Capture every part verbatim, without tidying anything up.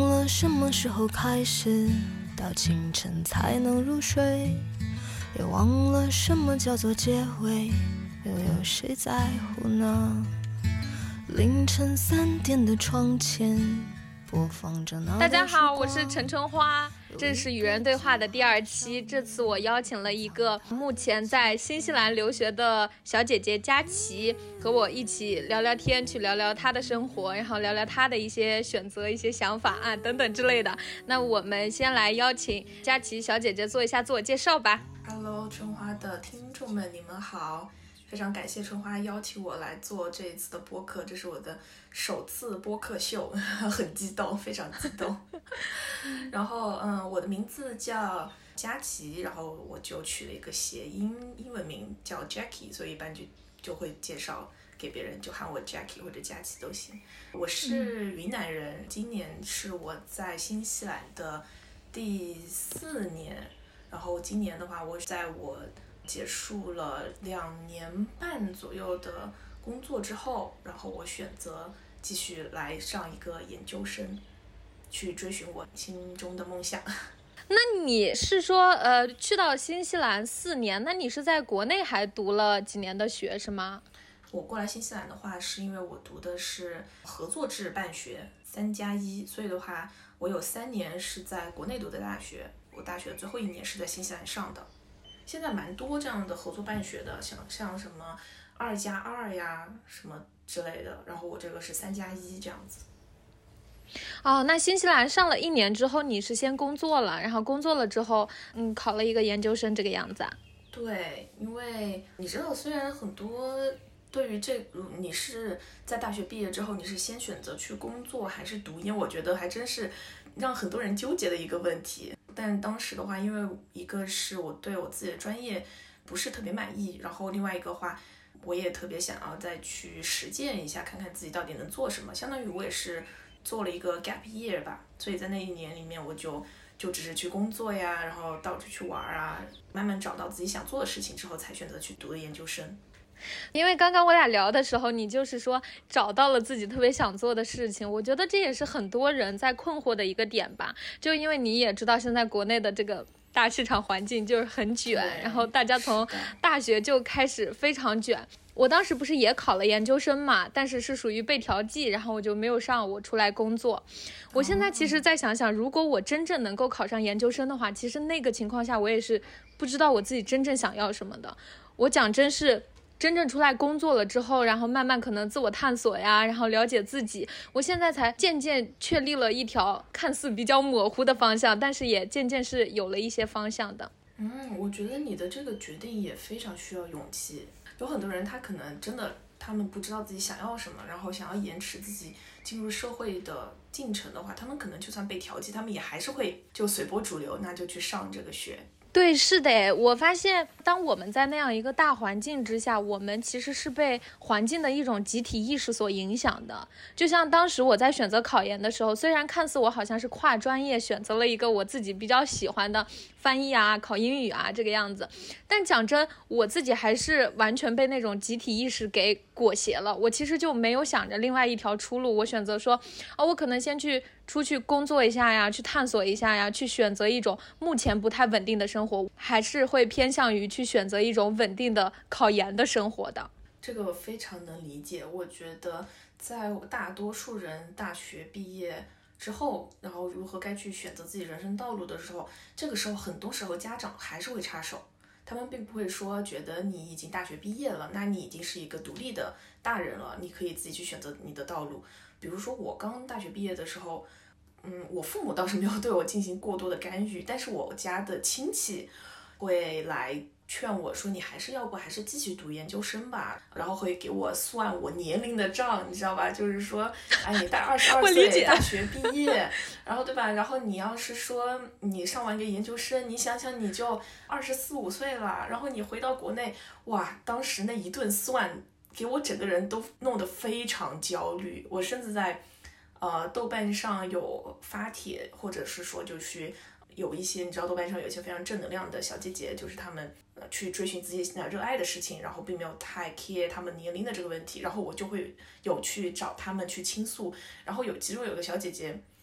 了什么时候开始，到清晨才能入睡，也忘了什么叫做结尾，又有谁在乎呢？凌晨三点的窗前播放着那。 大家好，我是陈春花，这是与人对话的第二期。这次我邀请了一个目前在新西兰留学的小姐姐佳琪，和我一起聊聊天，去聊聊她的生活，然后聊聊她的一些选择、一些想法啊等等之类的。那我们先来邀请佳琪小姐姐做一下自我介绍吧。 Hello， 春花的听众们，你们好。非常感谢春花邀请我来做这一次的播客，这是我的首次播客秀，很激动，非常激动。然后，嗯，我的名字叫佳琪，然后我就取了一个谐音英文名叫 Jackie， 所以一般就就会介绍给别人，就喊我 Jackie 或者佳琪都行。我是云南人，嗯、今年是我在新西兰的第四年，然后今年的话，我在我结束了两年半左右的工作之后，然后我选择继续来上一个研究生，去追寻我心中的梦想。 那你是说呃去到新西兰四年，那你是在国内还读了几年的学是吗？ 我过来新西兰的话，是因为我读的是合作制办学三加一，所以的话我有三年是在国内读的大学，我大学最后一年是在新西兰上的。现在蛮多这样的合作办学的，像像什么二加二呀什么之类的，然后我这个是三加一这样子。 哦，那新西兰上了一年之后，你是先工作了，然后工作了之后，嗯，考了一个研究生这个样子啊？ 对，因为你知道，虽然很多对于这，你是在大学毕业之后，你是先选择去工作还是读研，我觉得还真是让很多人纠结的一个问题。但当时的话，因为一个是我对我自己的专业不是特别满意，然后另外一个话，我也特别想要再去实践一下，看看自己到底能做什么。相当于我也是做了一个 gap year 吧，所以在那一年里面，我就就只是去工作呀，然后到处去玩啊，慢慢找到自己想做的事情之后，才选择去读的研究生。 因为刚刚我俩聊的时候，你就是说找到了自己特别想做的事情，我觉得这也是很多人在困惑的一个点吧。就因为你也知道现在国内的这个大市场环境就是很卷，然后大家从大学就开始非常卷。我当时不是也考了研究生嘛，但是是属于被调剂，然后我就没有上，我出来工作。我现在其实再想想，如果我真正能够考上研究生的话，其实那个情况下我也是不知道我自己真正想要什么的。我讲真是真正出来工作了之后，然后慢慢可能自我探索呀，然后了解自己，我现在才渐渐确立了一条看似比较模糊的方向，但是也渐渐是有了一些方向的。 嗯，我觉得你的这个决定也非常需要勇气。有很多人他可能真的他们不知道自己想要什么，然后想要延迟自己进入社会的进程的话，他们可能就算被调剂，他们也还是会就随波逐流，那就去上这个学。 对，是的，我发现当我们在那样一个大环境之下，我们其实是被环境的一种集体意识所影响的。就像当时我在选择考研的时候，虽然看似我好像是跨专业选择了一个我自己比较喜欢的翻译啊、考英语啊这个样子，但讲真，我自己还是完全被那种集体意识给裹挟了。我其实就没有想着另外一条出路，我选择说，哦，我可能先去出去工作一下呀，去探索一下呀，去选择一种目前不太稳定的生活，还是会偏向于去选择一种稳定的考研的生活的。 这个我非常能理解。我觉得在大多数人大学毕业之后，然后如何该去选择自己人生道路的时候，这个时候很多时候家长还是会插手，他们并不会说觉得你已经大学毕业了，那你已经是一个独立的大人了，你可以自己去选择你的道路。比如说我刚大学毕业的时候，嗯，我父母倒是没有对我进行过多的干预，但是我家的亲戚会来劝我说，你还是要不还是继续读研究生吧，然后会给我算我年龄的账，你知道吧？就是说，哎，你大二十二岁大学毕业，然后对吧？然后你要是说你上完个研究生，你想想你就二十四五岁了，然后你回到国内，哇，当时那一顿算给我整个人都弄得非常焦虑，我甚至在呃豆瓣上有发帖，或者是说就是有一些你知道豆瓣上有一些非常正能量的小姐姐，就是她们呃去追寻自己热爱的事情，然后并没有太 care 她们年龄的这个问题，然后我就会有去找她们去倾诉，然后有其中有个小姐姐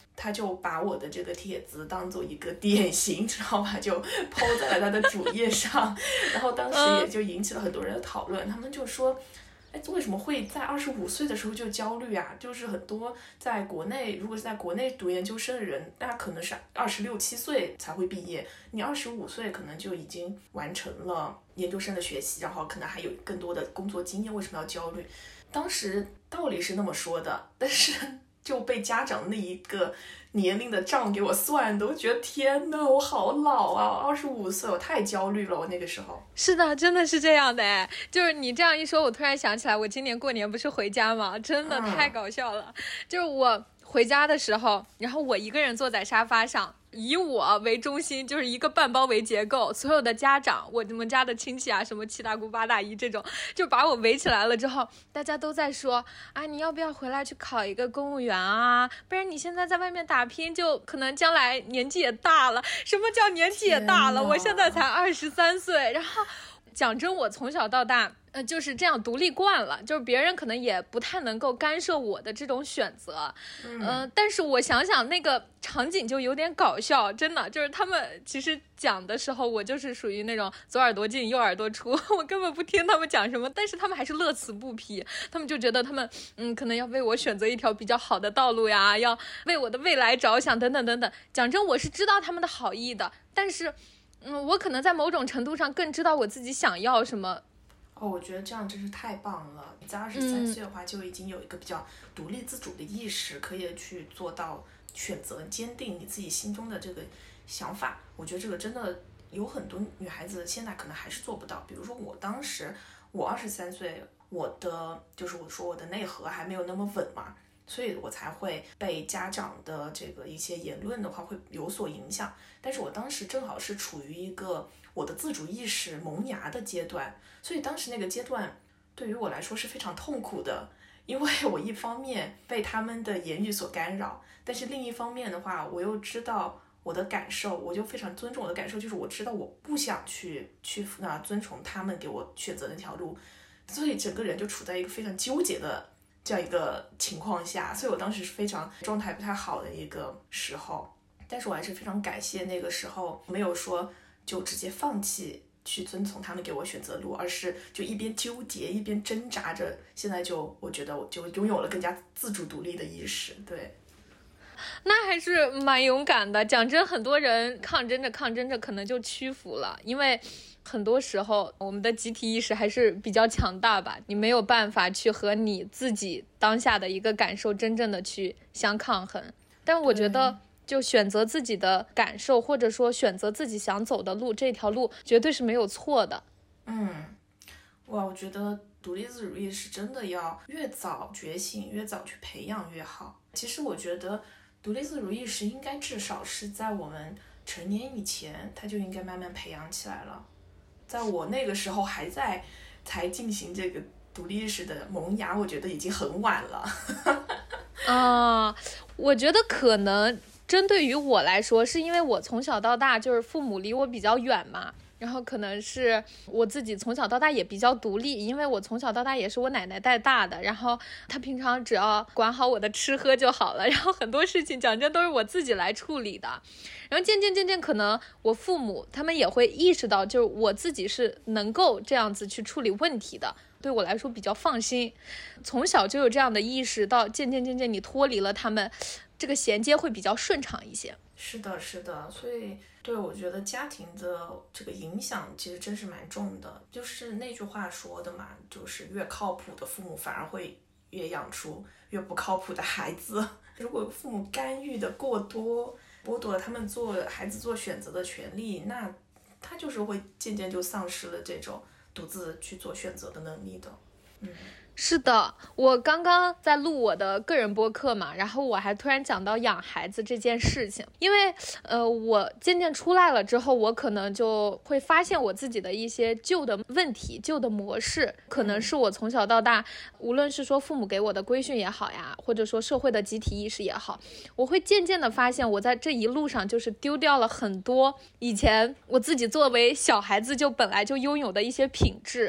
他就把我的这个帖子当做一个典型，知道吧，就抛在了他的主页上，然后当时也就引起了很多人的讨论，他们就说，哎，为什么会在二十五岁的时候就焦虑啊？就是很多在国内，如果是在国内读研究生的人，那可能是二十六七岁才会毕业，你二十五岁可能就已经完成了研究生的学习，然后可能还有更多的工作经验，为什么要焦虑？当时道理是那么说的，但是就被家长那一个年龄的账给我算，都觉得天哪，我好老啊！二十五岁，我太焦虑了。我那个时候是的，真的是这样的哎。就是你这样一说，我突然想起来，我今年过年不是回家吗？真的太搞笑了。嗯、就是我回家的时候，然后我一个人坐在沙发上，以我为中心，就是一个半包围结构，所有的家长，我们家的亲戚啊，什么七大姑八大姨这种，就把我围起来了之后，大家都在说啊，你要不要回来去考一个公务员啊？不然你现在在外面打拼，就可能将来年纪也大了。什么叫年纪也大了？我现在才二十三岁，然后讲真，我从小到大。呃，就是这样独立惯了，就是别人可能也不太能够干涉我的这种选择，嗯、呃，但是我想想那个场景就有点搞笑，真的就是他们其实讲的时候，我就是属于那种左耳朵进右耳朵出，我根本不听他们讲什么，但是他们还是乐此不疲，他们就觉得他们嗯可能要为我选择一条比较好的道路呀，要为我的未来着想等等等等。讲真，我是知道他们的好意的，但是嗯，我可能在某种程度上更知道我自己想要什么。 哦，我觉得这样真是太棒了。你在二十三岁的话，就已经有一个比较独立自主的意识，可以去做到选择坚定你自己心中的这个想法。我觉得这个真的有很多女孩子现在可能还是做不到。比如说我当时，我二十三岁，我的就是我说我的内核还没有那么稳嘛，所以我才会被家长的这个一些言论的话会有所影响。但是我当时正好是处于一个我的自主意识萌芽的阶段，所以当时那个阶段对于我来说是非常痛苦的，因为我一方面被他们的言语所干扰，但是另一方面的话，我又知道我的感受，我就非常尊重我的感受，就是我知道我不想去去啊遵从他们给我选择那条路，所以整个人就处在一个非常纠结的这样一个情况下，所以我当时是非常状态不太好的一个时候。但是我还是非常感谢那个时候没有说就直接放弃去遵从他们给我选择路，而是就一边纠结一边挣扎着，现在就我觉得我就拥有了更加自主独立的意识。对， 那还是蛮勇敢的。讲真，很多人抗争着抗争着可能就屈服了，因为很多时候我们的集体意识还是比较强大吧，你没有办法去和你自己当下的一个感受真正的去相抗衡。但我觉得就选择自己的感受，或者说选择自己想走的路，这条路绝对是没有错的。 嗯，哇，我觉得独立自主意识真的要越早觉醒，越早去培养越好。其实我觉得独立自主意识应该至少是在我们成年以前，它就应该慢慢培养起来了。在我那个时候还在才进行这个独立意识的萌芽，我觉得已经很晚了。 啊，我觉得可能针对于我来说，是因为我从小到大就是父母离我比较远嘛，然后可能是我自己从小到大也比较独立，因为我从小到大也是我奶奶带大的，然后她平常只要管好我的吃喝就好了，然后很多事情讲真都是我自己来处理的。然后渐渐渐渐可能我父母他们也会意识到，就是我自己是能够这样子去处理问题的，对我来说比较放心。从小就有这样的意识，到渐渐渐渐你脱离了他们，这个衔接会比较顺畅一些。 是的，是的，所以对我觉得家庭的这个影响其实真是蛮重的。就是那句话说的嘛，就是越靠谱的父母反而会越养出越不靠谱的孩子。如果父母干预的过多，剥夺了他们做孩子做选择的权利，那他就是会渐渐就丧失了这种独自去做选择的能力的。嗯， 是的，我刚刚在录我的个人播客嘛，然后我还突然讲到养孩子这件事情，因为呃，我渐渐出来了之后，我可能就会发现我自己的一些旧的问题、旧的模式，可能是我从小到大，无论是说父母给我的规训也好呀，或者说社会的集体意识也好，我会渐渐的发现我在这一路上就是丢掉了很多以前我自己作为小孩子就本来就拥有的一些品质。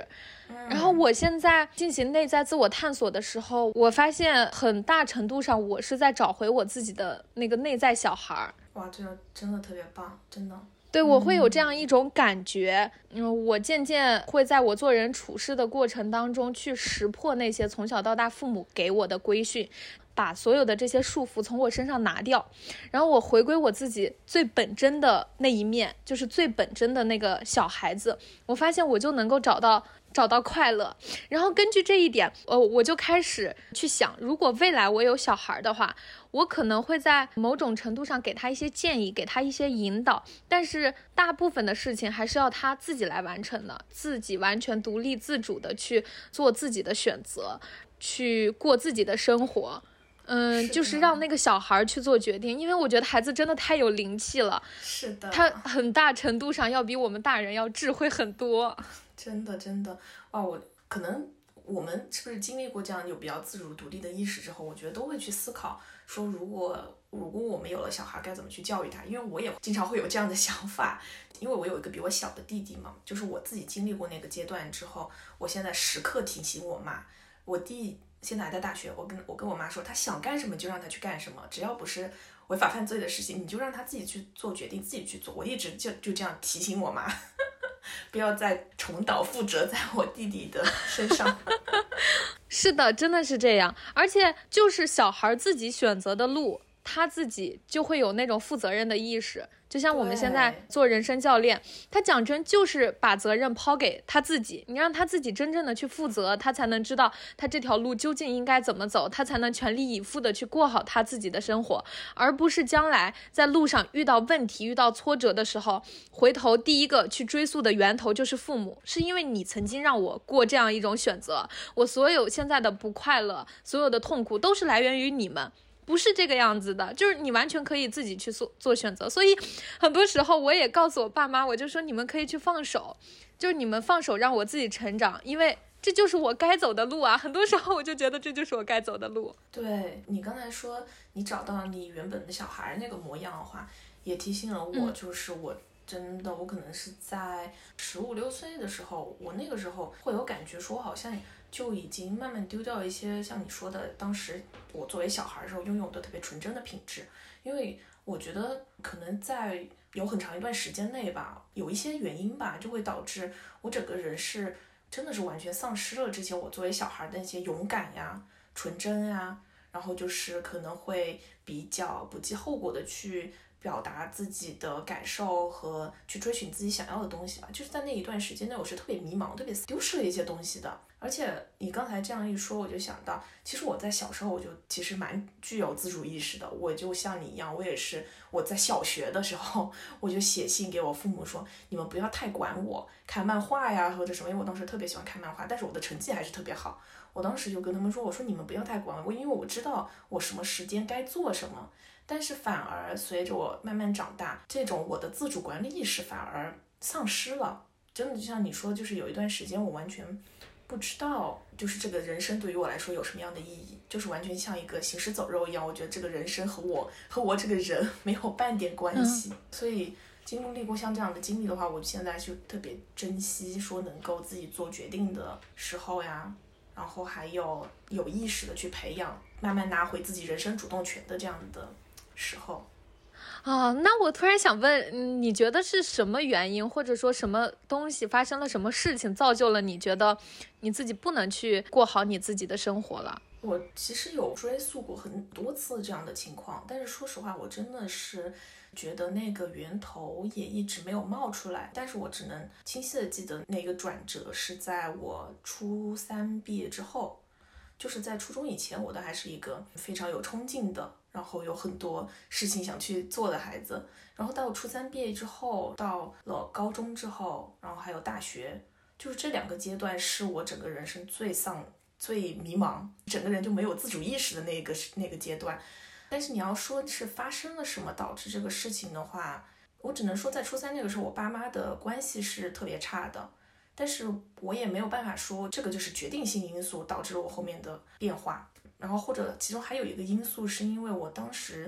然后我现在进行内在自我探索的时候，我发现很大程度上我是在找回我自己的那个内在小孩。 哇，这个真的特别棒，真的。 对，我会有这样一种感觉，嗯，我渐渐会在我做人处事的过程当中去识破那些从小到大父母给我的规训，把所有的这些束缚从我身上拿掉，然后我回归我自己最本真的那一面，就是最本真的那个小孩子，我发现我就能够找到找到快乐。然后根据这一点，呃，我就开始去想，如果未来我有小孩的话，我可能会在某种程度上给他一些建议，给他一些引导，但是大部分的事情还是要他自己来完成的，自己完全独立自主的去做自己的选择，去过自己的生活。嗯，就是让那个小孩去做决定，因为我觉得孩子真的太有灵气了。 是的， 他很大程度上要比我们大人要智慧很多。 真的真的，哇，我可能我们是不是经历过这样有比较自主独立的意识之后，我觉得都会去思考说，如果如果我们有了小孩该怎么去教育他，因为我也经常会有这样的想法，因为我有一个比我小的弟弟嘛，就是我自己经历过那个阶段之后，我现在时刻提醒我妈，我弟现在还在大学，我跟我跟我妈说，他想干什么就让他去干什么，只要不是违法犯罪的事情，你就让他自己去做决定，自己去做。我一直就就这样提醒我妈，不要再重蹈覆辙在我弟弟的身上。 是的，真的是这样，而且就是小孩自己选择的路，他自己就会有那种负责任的意识。就像我们现在做人生教练，他讲真就是把责任抛给他自己，你让他自己真正的去负责，他才能知道他这条路究竟应该怎么走，他才能全力以赴的去过好他自己的生活，而不是将来在路上遇到问题遇到挫折的时候，回头第一个去追溯的源头就是父母，是因为你曾经让我过这样一种选择，我所有现在的不快乐，所有的痛苦都是来源于你们，不是这个样子的，就是你完全可以自己去做做选择。所以很多时候我也告诉我爸妈，我就说你们可以去放手，就是你们放手让我自己成长，因为这就是我该走的路啊。很多时候我就觉得这就是我该走的路。 对，你刚才说你找到你原本的小孩那个模样的话，也提醒了我， 嗯、 就是我真的我可能是在十五六岁的时候，我那个时候会有感觉说好像就已经慢慢丢掉一些像你说的当时我作为小孩的时候拥有的特别纯真的品质，因为我觉得可能在有很长一段时间内吧，有一些原因吧，就会导致我整个人是真的是完全丧失了之前我作为小孩的那些勇敢呀、纯真呀，然后就是可能会比较不计后果的去表达自己的感受和去追寻自己想要的东西吧。就是在那一段时间内，我是特别迷茫、特别丢失了一些东西的。而且你刚才这样一说，我就想到，其实我在小时候我就其实蛮具有自主意识的。我就像你一样，我也是我在小学的时候，我就写信给我父母说，你们不要太管我，看漫画呀或者什么，因为我当时特别喜欢看漫画，但是我的成绩还是特别好。我当时就跟他们说，我说你们不要太管我，因为我知道我什么时间该做什么。但是反而随着我慢慢长大，这种我的自主管理意识反而丧失了。真的就像你说，就是有一段时间我完全不知道，就是这个人生对于我来说有什么样的意义，就是完全像一个行尸走肉一样。我觉得这个人生和我和我这个人没有半点关系。嗯、所以经历过像这样的经历的话，我现在就特别珍惜说能够自己做决定的时候呀，然后还有有意识的去培养，慢慢拿回自己人生主动权的这样的时候。 啊，那我突然想问，你觉得是什么原因，或者说什么东西发生了什么事情，造就了你觉得你自己不能去过好你自己的生活了？ 我其实有追溯过很多次这样的情况，但是说实话，我真的是觉得那个源头也一直没有冒出来。但是我只能清晰的记得那个转折是在我初三毕业之后。就是在初中以前，我都还是一个非常有冲劲的，然后有很多事情想去做的孩子。然后到我初三毕业之后，到了高中之后，然后还有大学，就是这两个阶段是我整个人生最丧、最迷茫，整个人就没有自主意识的那个那个阶段。但是你要说是发生了什么导致这个事情的话，我只能说在初三那个时候，我爸妈的关系是特别差的。但是我也没有办法说这个就是决定性因素导致了我后面的变化，然后或者其中还有一个因素是因为我当时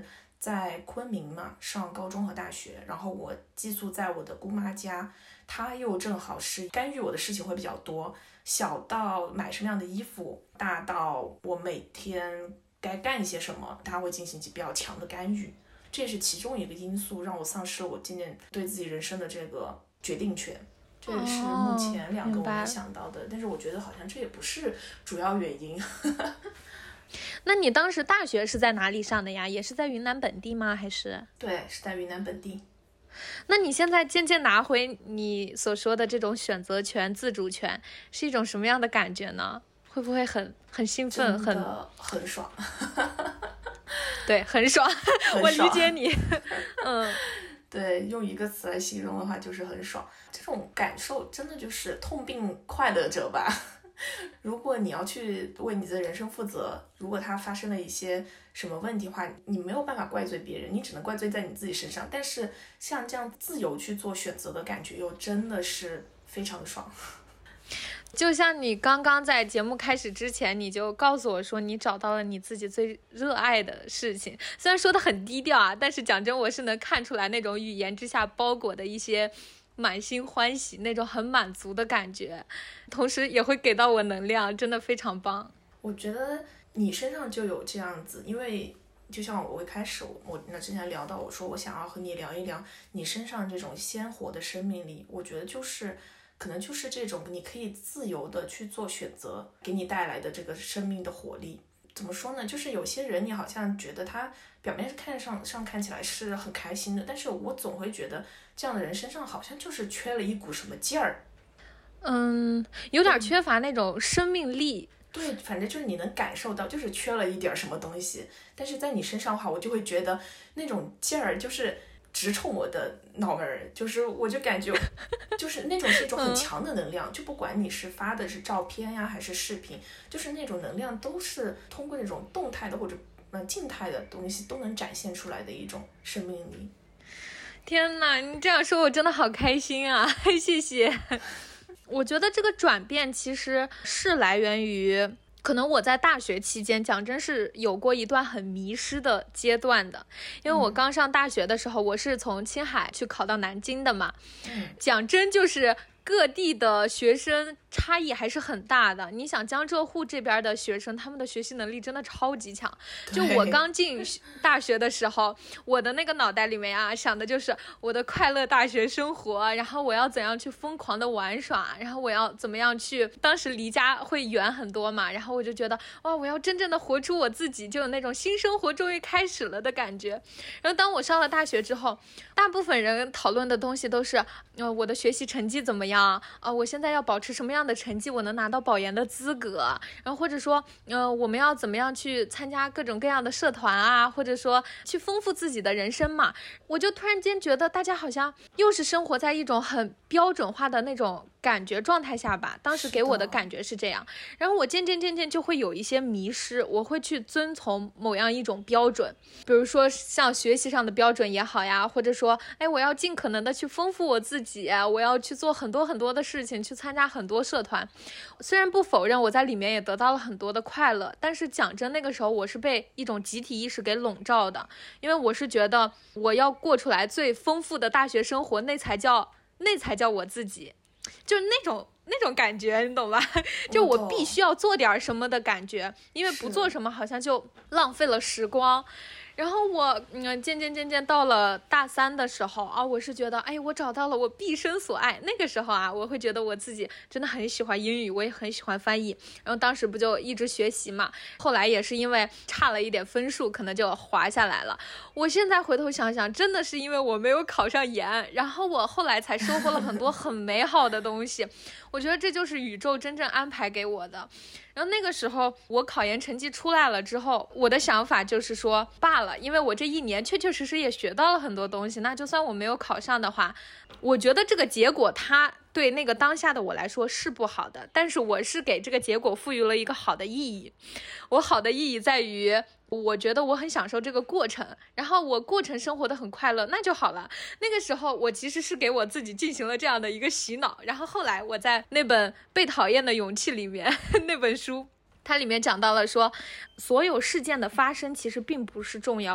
在昆明嘛上高中和大学，然后我寄宿在我的姑妈家，她又正好是干预我的事情会比较多，小到买什么样的衣服，大到我每天该干一些什么，她会进行比较强的干预。这也是其中一个因素让我丧失了我渐渐对自己人生的这个决定权，这也是目前两个我能想到的、哦、但是我觉得好像这也不是主要原因。 那你当时大学是在哪里上的呀？也是在云南本地吗？还是？ 对，是在云南本地。 那你现在渐渐拿回你所说的这种选择权、自主权，是一种什么样的感觉呢？会不会很很兴奋？很很爽。 对，很爽，我理解你。嗯， 对，用一个词来形容的话就是很爽。这种感受真的就是痛并快乐着吧。如果你要去为你的人生负责，如果它发生了一些什么问题的话，你没有办法怪罪别人，你只能怪罪在你自己身上。但是像这样自由去做选择的感觉又真的是非常爽。 就像你刚刚在节目开始之前你就告诉我说你找到了你自己最热爱的事情，虽然说的很低调啊，但是讲真我是能看出来那种语言之下包裹的一些满心欢喜，那种很满足的感觉，同时也会给到我能量，真的非常棒。 我觉得你身上就有这样子，因为就像我一开始我那之前聊到，我说我想要和你聊一聊你身上这种鲜活的生命力，我觉得就是可能就是这种你可以自由的去做选择给你带来的这个生命的活力。怎么说呢，就是有些人你好像觉得他表面看上上看起来是很开心的，但是我总会觉得这样的人身上好像就是缺了一股什么劲儿， 嗯，有点缺乏那种生命力。 对，反正就是你能感受到就是缺了一点什么东西，但是在你身上的话我就会觉得那种劲儿就是直冲我的脑门儿，就是我就感觉就是那种是一种很强的能量、嗯、就不管你是发的是照片呀还是视频，就是那种能量都是通过那种动态的或者呃静态的东西都能展现出来的一种生命力。 天哪，你这样说我真的好开心啊，谢谢。我觉得这个转变其实是来源于可能我在大学期间讲真是有过一段很迷失的阶段的，因为我刚上大学的时候、嗯、我是从青海去考到南京的嘛、嗯、讲真就是各地的学生差异还是很大的。你想江浙沪这边的学生他们的学习能力真的超级强，就我刚进大学的时候我的那个脑袋里面啊想的就是我的快乐大学生活，然后我要怎样去疯狂的玩耍，然后我要怎么样去，当时离家会远很多嘛，然后我就觉得哇我要真正的活出我自己，就有那种新生活终于开始了的感觉。然后当我上了大学之后，大部分人讨论的东西都是、呃、我的学习成绩怎么样啊、呃，我现在要保持什么样的成绩我能拿到保研的资格，然后或者说呃，我们要怎么样去参加各种各样的社团啊，或者说去丰富自己的人生嘛。我就突然间觉得大家好像又是生活在一种很标准化的那种感觉状态下吧，当时给我的感觉是这样，然后我渐渐渐渐就会有一些迷失，我会去遵从某样一种标准，比如说像学习上的标准也好呀，或者说哎，我要尽可能的去丰富我自己，我要去做很多很多的事情，去参加很多社团。虽然不否认我在里面也得到了很多的快乐，但是讲真那个时候我是被一种集体意识给笼罩的，因为我是觉得我要过出来最丰富的大学生活，那才叫那才叫我自己，就是那种那种感觉你懂吧，就我必须要做点什么的感觉，因为不做什么好像就浪费了时光。然后我嗯渐渐渐渐到了大三的时候啊，我是觉得哎，我找到了我毕生所爱。那个时候啊，我会觉得我自己真的很喜欢英语，我也很喜欢翻译。然后当时不就一直学习嘛，后来也是因为差了一点分数，可能就滑下来了。我现在回头想想，真的是因为我没有考上研，然后我后来才收获了很多很美好的东西。我觉得这就是宇宙真正安排给我的。然后那个时候我考研成绩出来了之后，我的想法就是说罢了，因为我这一年确确实实也学到了很多东西，那就算我没有考上的话，我觉得这个结果它对那个当下的我来说是不好的，但是我是给这个结果赋予了一个好的意义。我好的意义在于我觉得我很享受这个过程，然后我过程生活的很快乐，那就好了。那个时候我其实是给我自己进行了这样的一个洗脑。然后后来我在那本《被讨厌的勇气》里面那本书，它里面讲到了说所有事件的发生其实并不是重要的，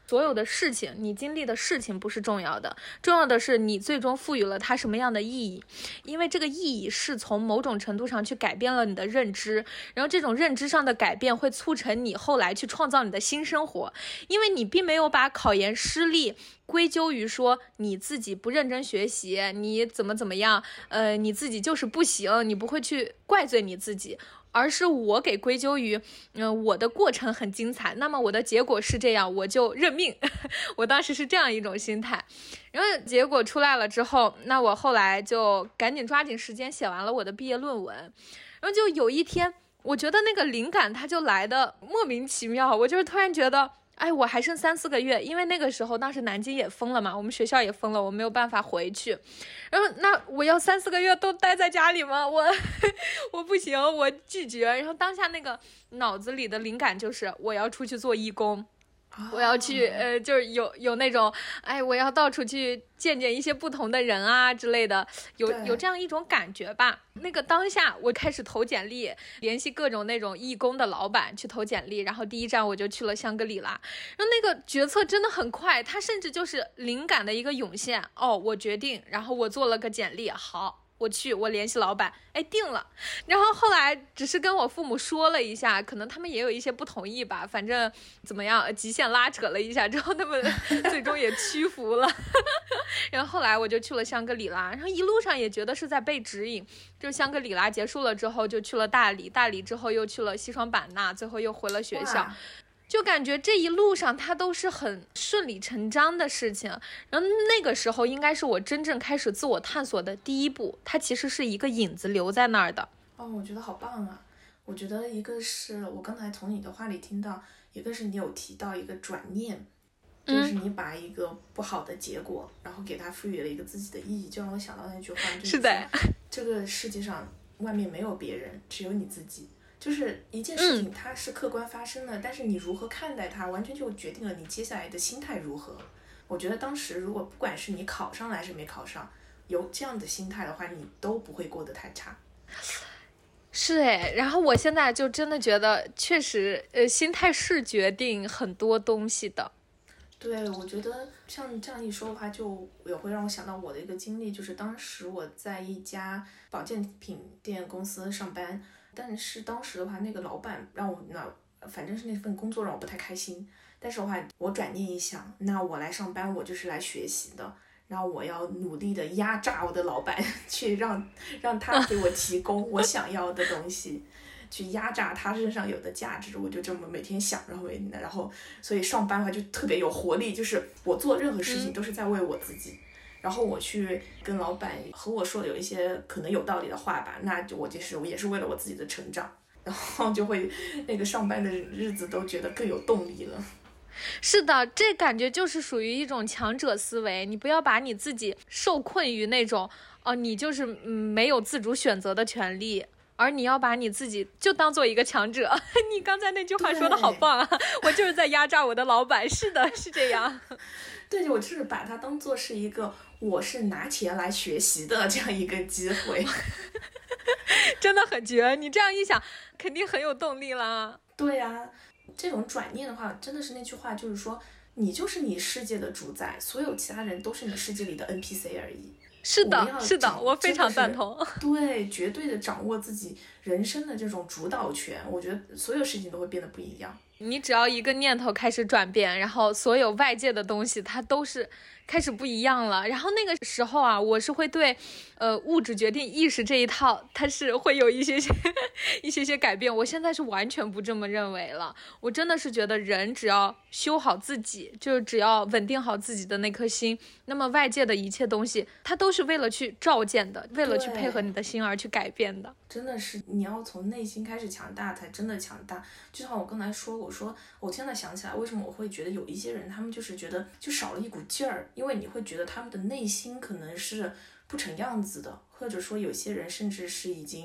所有的事情，你经历的事情不是重要的，重要的是你最终赋予了它什么样的意义。因为这个意义是从某种程度上去改变了你的认知，然后这种认知上的改变会促成你后来去创造你的新生活。因为你并没有把考研失利归咎于说你自己不认真学习，你怎么怎么样，呃，你自己就是不行，你不会去怪罪你自己，而是我给归咎于，嗯、呃，我的过程很精彩，那么我的结果是这样，我就认命。我当时是这样一种心态，然后结果出来了之后，那我后来就赶紧抓紧时间写完了我的毕业论文，然后就有一天，我觉得那个灵感它就来的莫名其妙，我就是突然觉得，哎，我还剩三四个月，因为那个时候当时南京也封了嘛，我们学校也封了，我没有办法回去。然后那我要三四个月都待在家里吗？我我不行，我拒绝。然后当下那个脑子里的灵感就是我要出去做义工。我要去呃，就是有有那种，哎，我要到处去见见一些不同的人啊之类的，有有这样一种感觉吧。那个当下我开始投简历，联系各种那种义工的老板去投简历，然后第一站我就去了香格里拉。然后那个决策真的很快，它甚至就是灵感的一个涌现。哦，我决定，然后我做了个简历，好。我去，我联系老板，哎，定了。然后后来只是跟我父母说了一下，可能他们也有一些不同意吧，反正怎么样，极限拉扯了一下之后，他们最终也屈服了。然后后来我就去了香格里拉，然后一路上也觉得是在被指引。就香格里拉结束了之后，就去了大理，大理之后又去了西双版纳，最后又回了学校。就感觉这一路上它都是很顺理成章的事情，然后那个时候应该是我真正开始自我探索的第一步，它其实是一个影子留在那儿的。 哦，我觉得好棒啊！我觉得一个是我刚才从你的话里听到，一个是你有提到一个转念，就是你把一个不好的结果，嗯、然后给它赋予了一个自己的意义，就让我想到那句话，就是是的， 这个世界上外面没有别人，只有你自己。就是一件事情它是客观发生的、嗯、但是你如何看待它完全就决定了你接下来的心态如何。我觉得当时如果不管是你考上来还是没考上，有这样的心态的话，你都不会过得太差。 是哎，然后我现在就真的觉得确实呃，心态是决定很多东西的。 对，我觉得像这样一说的话，就也会让我想到我的一个经历，就是当时我在一家保健品店公司上班，但是当时的话，那个老板让我那，反正是那份工作让我不太开心。但是的话，我转念一想，那我来上班，我就是来学习的，然后我要努力的压榨我的老板，去让让他给我提供我想要的东西，去压榨他身上有的价值。我就这么每天想，然后然后所以上班的话就特别有活力，就是我做任何事情都是在为我自己。嗯，然后我去跟老板和我说有一些可能有道理的话吧，那就我就是我也是为了我自己的成长，然后就会那个上班的日子都觉得更有动力了。 是的，这感觉就是属于一种强者思维，你不要把你自己受困于那种哦、呃，你就是嗯没有自主选择的权利，而你要把你自己就当做一个强者。你刚才那句话说的好棒啊，我就是在压榨我的老板。是的，是这样。 对，我就是把它当做是一个我是拿钱来学习的这样一个机会。 真的很绝，你这样一想肯定很有动力啦。 对啊，这种转念的话真的是那句话，就是说你就是你世界的主宰，所有其他人都是你世界里的 N P C 而已。 是的，是的，我非常赞同。 对，绝对的掌握自己人生的这种主导权，我觉得所有事情都会变得不一样。 你只要一个念头开始转变，然后所有外界的东西它都是开始不一样了。然后那个时候啊，我是会对呃物质决定意识这一套它是会有一些些一些些改变。我现在是完全不这么认为了，我真的是觉得人只要修好自己，就只要稳定好自己的那颗心，那么外界的一切东西它都是为了去照见的，为了去配合你的心而去改变的。 真的是你要从内心开始强大才真的强大。就像我刚才说，我说我现在想起来为什么我会觉得有一些人他们就是觉得就少了一股劲儿，因为你会觉得他们的内心可能是不成样子的，或者说有些人甚至是已经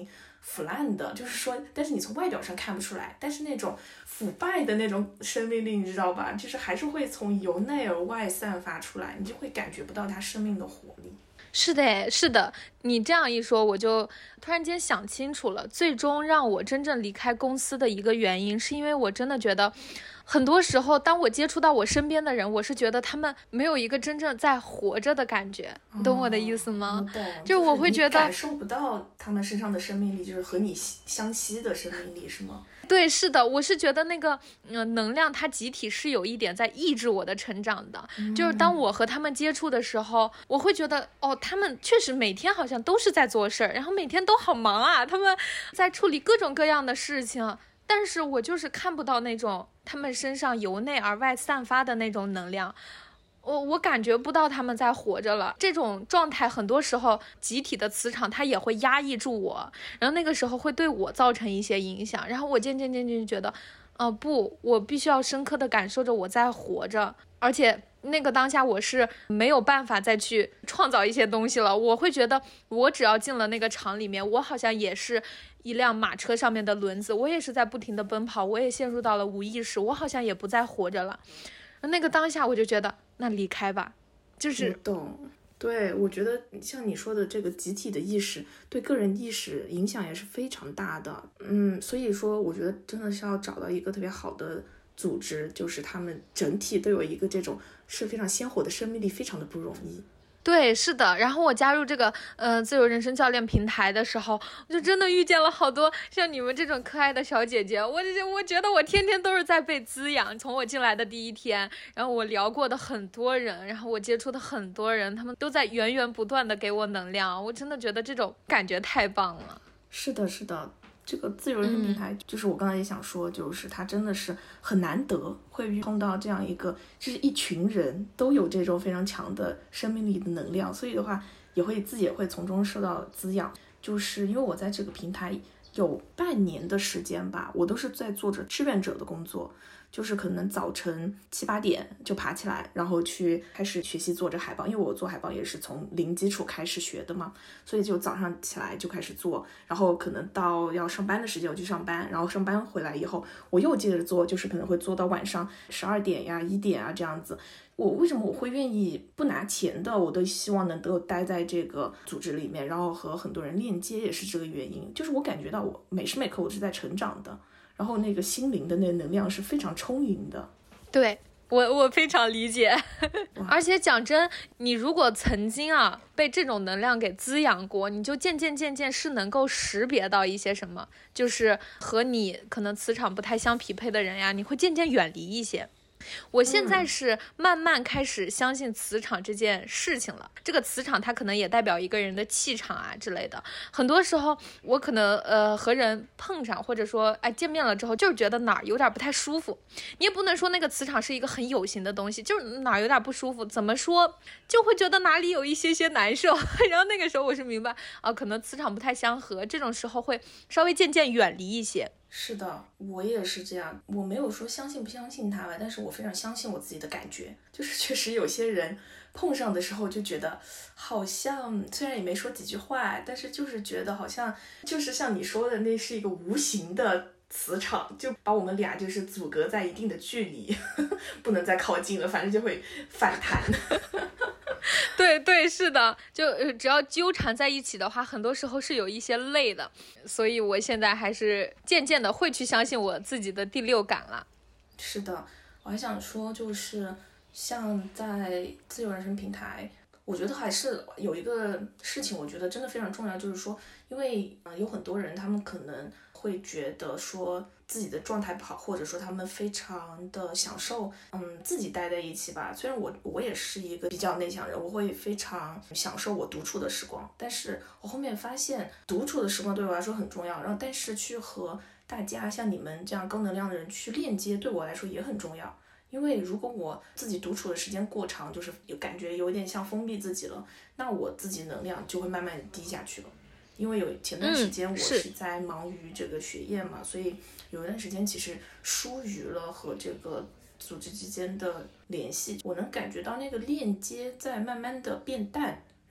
腐烂的，就是说，但是你从外表上看不出来，但是那种腐败的那种生命力，你知道吧？就是还是会从由内而外散发出来，你就会感觉不到它生命的活力。 是的，是的，你这样一说，我就突然间想清楚了。最终让我真正离开公司的一个原因，是因为我真的觉得，很多时候当我接触到我身边的人，我是觉得他们没有一个真正在活着的感觉，你懂我的意思吗？ 我懂， 就我会觉得感受不到他们身上的生命力，就是和你相吸的生命力，是吗？ 对，是的，我是觉得那个呃能量它集体是有一点在抑制我的成长的，嗯、就是当我和他们接触的时候，我会觉得哦，他们确实每天好像都是在做事儿，然后每天都好忙啊，他们在处理各种各样的事情，但是我就是看不到那种他们身上由内而外散发的那种能量。我我感觉不到他们在活着了，这种状态很多时候集体的磁场它也会压抑住我，然后那个时候会对我造成一些影响，然后我渐渐渐渐觉得，呃不，我必须要深刻的感受着我在活着，而且那个当下我是没有办法再去创造一些东西了，我会觉得我只要进了那个场里面，我好像也是一辆马车上面的轮子，我也是在不停的奔跑，我也陷入到了无意识，我好像也不再活着了。那个当下我就觉得那离开吧，就是我懂。对，我觉得像你说的这个集体的意识对个人意识影响也是非常大的。嗯，所以说我觉得真的是要找到一个特别好的组织，就是他们整体都有一个这种是非常鲜活的生命力，非常的不容易。 对，是的。然后我加入这个呃自由人生教练平台的时候，我就真的遇见了好多像你们这种可爱的小姐姐。我就我觉得我天天都是在被滋养。从我进来的第一天，然后我聊过的很多人，然后我接触的很多人，他们都在源源不断的给我能量。我真的觉得这种感觉太棒了。 是的，是的。这个自由人生平台、嗯、就是我刚才也想说，就是它真的是很难得会遇碰到这样一个就是一群人都有这种非常强的生命力的能量，所以的话也会自己也会从中受到滋养。就是因为我在这个平台有半年的时间吧，我都是在做着志愿者的工作，就是可能早晨七八点就爬起来，然后去开始学习做这海报，因为我做海报也是从零基础开始学的嘛，所以就早上起来就开始做，然后可能到要上班的时间我去上班，然后上班回来以后我又接着做，就是可能会做到晚上十二点呀一点啊这样子。我为什么我会愿意不拿钱的，我都希望能够待在这个组织里面，然后和很多人链接，也是这个原因。就是我感觉到我每时每刻我是在成长的，然后那个心灵的那个能量是非常充盈的。 对，我我非常理解。而且讲真，你如果曾经啊被这种能量给滋养过，你就渐渐渐渐是能够识别到一些什么，就是和你可能磁场不太相匹配的人呀，你会渐渐远离一些。我现在是慢慢开始相信磁场这件事情了，这个磁场它可能也代表一个人的气场啊之类的。很多时候我可能呃和人碰上，或者说哎见面了之后，就是觉得哪儿有点不太舒服，你也不能说那个磁场是一个很有形的东西，就是哪儿有点不舒服，怎么说就会觉得哪里有一些些难受。然后那个时候我是明白啊，可能磁场不太相合，这种时候会稍微渐渐远离一些。 是的，我也是这样，我没有说相信不相信他吧，但是我非常相信我自己的感觉，就是确实有些人碰上的时候就觉得好像虽然也没说几句话，但是就是觉得好像就是像你说的，那是一个无形的磁场，就把我们俩就是阻隔在一定的距离，不能再靠近了，反正就会反弹。 对对，是的，就只要纠缠在一起的话，很多时候是有一些累的，所以我现在还是渐渐的会去相信我自己的第六感了。 是的，我还想说，就是像在自由人生平台，我觉得还是有一个事情，我觉得真的非常重要，就是说，因为、呃、有很多人他们可能会觉得说自己的状态不好，或者说他们非常的享受嗯自己待在一起吧。虽然我我也是一个比较内向人，我会非常享受我独处的时光，但是我后面发现独处的时光对我来说很重要，然后但是去和大家像你们这样高能量的人去链接对我来说也很重要。因为如果我自己独处的时间过长，就是有感觉有点像封闭自己了，那我自己能量就会慢慢低下去了。因为有前段时间我是在忙于这个学业嘛、嗯、所以有一段时间其实疏于了和这个组织之间的联系，我能感觉到那个链接在慢慢的变淡，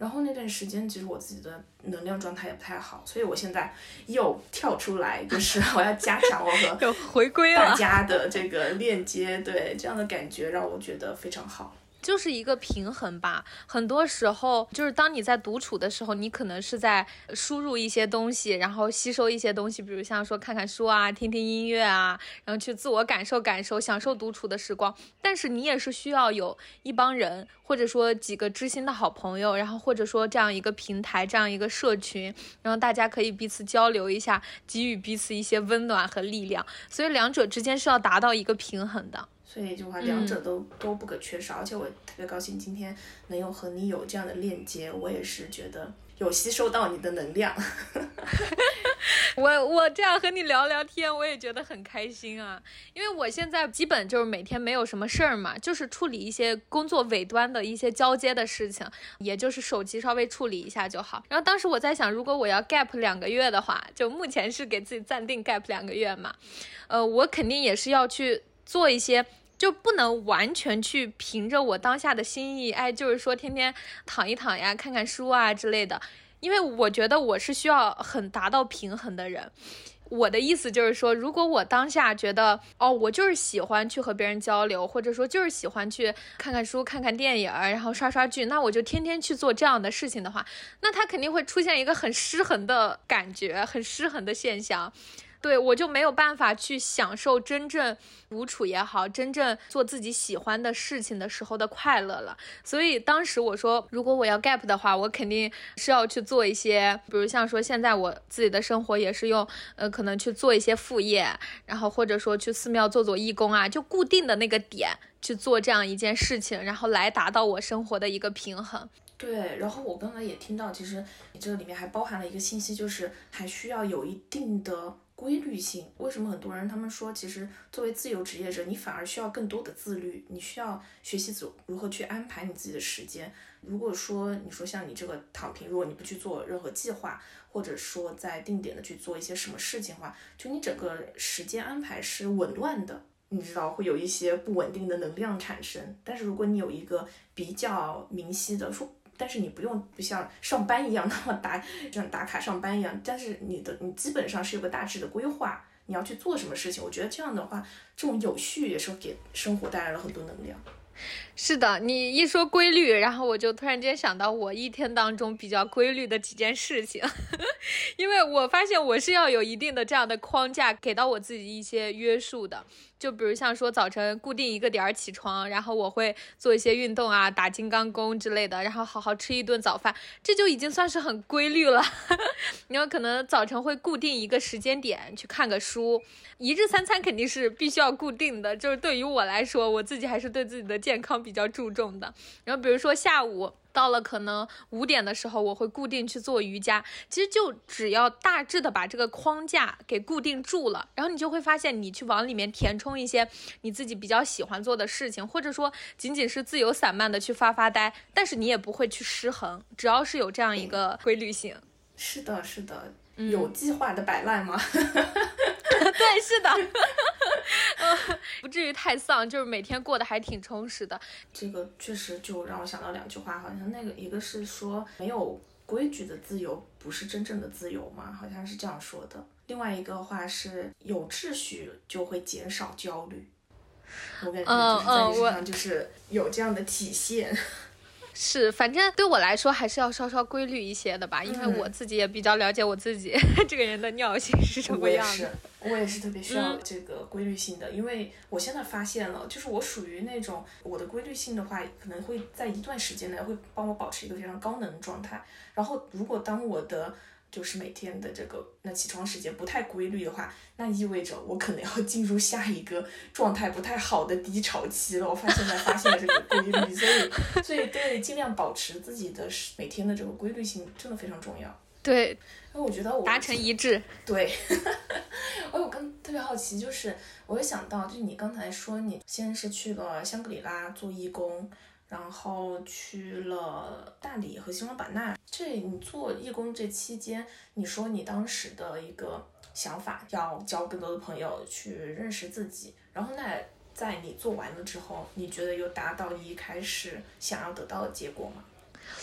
然后那段时间其实我自己的能量状态也不太好，所以我现在又跳出来，就是我要加强我和又回归了大家的这个链接，对，这样的感觉让我觉得非常好。 就是一个平衡吧，很多时候就是当你在独处的时候，你可能是在输入一些东西，然后吸收一些东西，比如像说看看书啊，听听音乐啊，然后去自我感受感受，享受独处的时光。但是你也是需要有一帮人，或者说几个知心的好朋友，然后或者说这样一个平台，这样一个社群，然后大家可以彼此交流一下，给予彼此一些温暖和力量，所以两者之间是要达到一个平衡的。 所以就话两者都、嗯、都不可缺少，而且我特别高兴今天能有和你有这样的链接，我也是觉得有吸收到你的能量。 我我这样和你聊聊天，我也觉得很开心啊，因为我现在基本就是每天没有什么事儿嘛，就是处理一些工作尾端的一些交接的事情，也就是手机稍微处理一下就好。然后当时我在想，如果我要 gap 两个月的话，就目前是给自己暂定 gap 两个月嘛，呃，我肯定也是要去做一些。就不能完全去凭着我当下的心意，哎，就是说天天躺一躺呀，看看书啊之类的，因为我觉得我是需要很达到平衡的人。我的意思就是说，如果我当下觉得哦，我就是喜欢去和别人交流，或者说就是喜欢去看看书、看看电影，然后刷刷剧，那我就天天去做这样的事情的话，那它肯定会出现一个很失衡的感觉，很失衡的现象。对，我就没有办法去享受真正独处也好，真正做自己喜欢的事情的时候的快乐了。所以当时我说，如果我要 gap 的话，我肯定是要去做一些，比如像说现在我自己的生活也是用呃可能去做一些副业，然后或者说去寺庙做做义工啊，就固定的那个点去做这样一件事情，然后来达到我生活的一个平衡。 对，然后我刚才也听到，其实你这个里面还包含了一个信息，就是还需要有一定的规律性。为什么很多人他们说，其实作为自由职业者，你反而需要更多的自律，你需要学习如何去安排你自己的时间。如果说你说像你这个躺平，如果你不去做任何计划，或者说在定点的去做一些什么事情的话，就你整个时间安排是紊乱的，你知道会有一些不稳定的能量产生。但是如果你有一个比较明晰的说，但是你不用不像上班一样那么打像打卡上班一样，但是你的你基本上是有个大致的规划，你要去做什么事情。我觉得这样的话，这种有序也是给生活带来了很多能量。 是的，你一说规律，然后我就突然间想到我一天当中比较规律的几件事情因为我发现我是要有一定的这样的框架，给到我自己一些约束的。就比如像说早晨固定一个点起床，然后我会做一些运动啊，打金刚功之类的，然后好好吃一顿早饭，这就已经算是很规律了你有可能早晨会固定一个时间点去看个书，一日三餐肯定是必须要固定的，就是对于我来说，我自己还是对自己的健康比较注重的。然后比如说下午到了可能五点的时候，我会固定去做瑜伽，其实就只要大致的把这个框架给固定住了，然后你就会发现你去往里面填充一些你自己比较喜欢做的事情，或者说仅仅是自由散漫的去发发呆，但是你也不会去失衡，只要是有这样一个规律性。 是的是的，有计划的摆烂吗对，是的呃，不至于太丧，就是每天过得还挺充实的。 这个确实就让我想到两句话，好像那个一个是说没有规矩的自由不是真正的自由嘛，好像是这样说的。另外一个话是有秩序就会减少焦虑，我感觉就是在你身上就是有这样的体现。 是，反正对我来说还是要稍稍规律一些的吧，因为我自己也比较了解我自己、嗯、这个人的尿性是什么样的。 我也是，我也是特别需要这个规律性的、嗯、因为我现在发现了，就是我属于那种我的规律性的话可能会在一段时间内会帮我保持一个非常高能状态，然后如果当我的就是每天的这个那起床时间不太规律的话，那意味着我可能要进入下一个状态不太好的低潮期了。我发现才发现了这个规律，所以所以对尽量保持自己的每天的这个规律性真的非常重要。 对， 因为我觉得我达成一致。 对我刚特别好奇，就是我有想到，就是你刚才说你先是去了香格里拉做义工，然后去了大理和西双版纳，这你做义工这期间，你说你当时的一个想法要交更多的朋友去认识自己，然后那在你做完了之后，你觉得有达到你一开始想要得到的结果吗？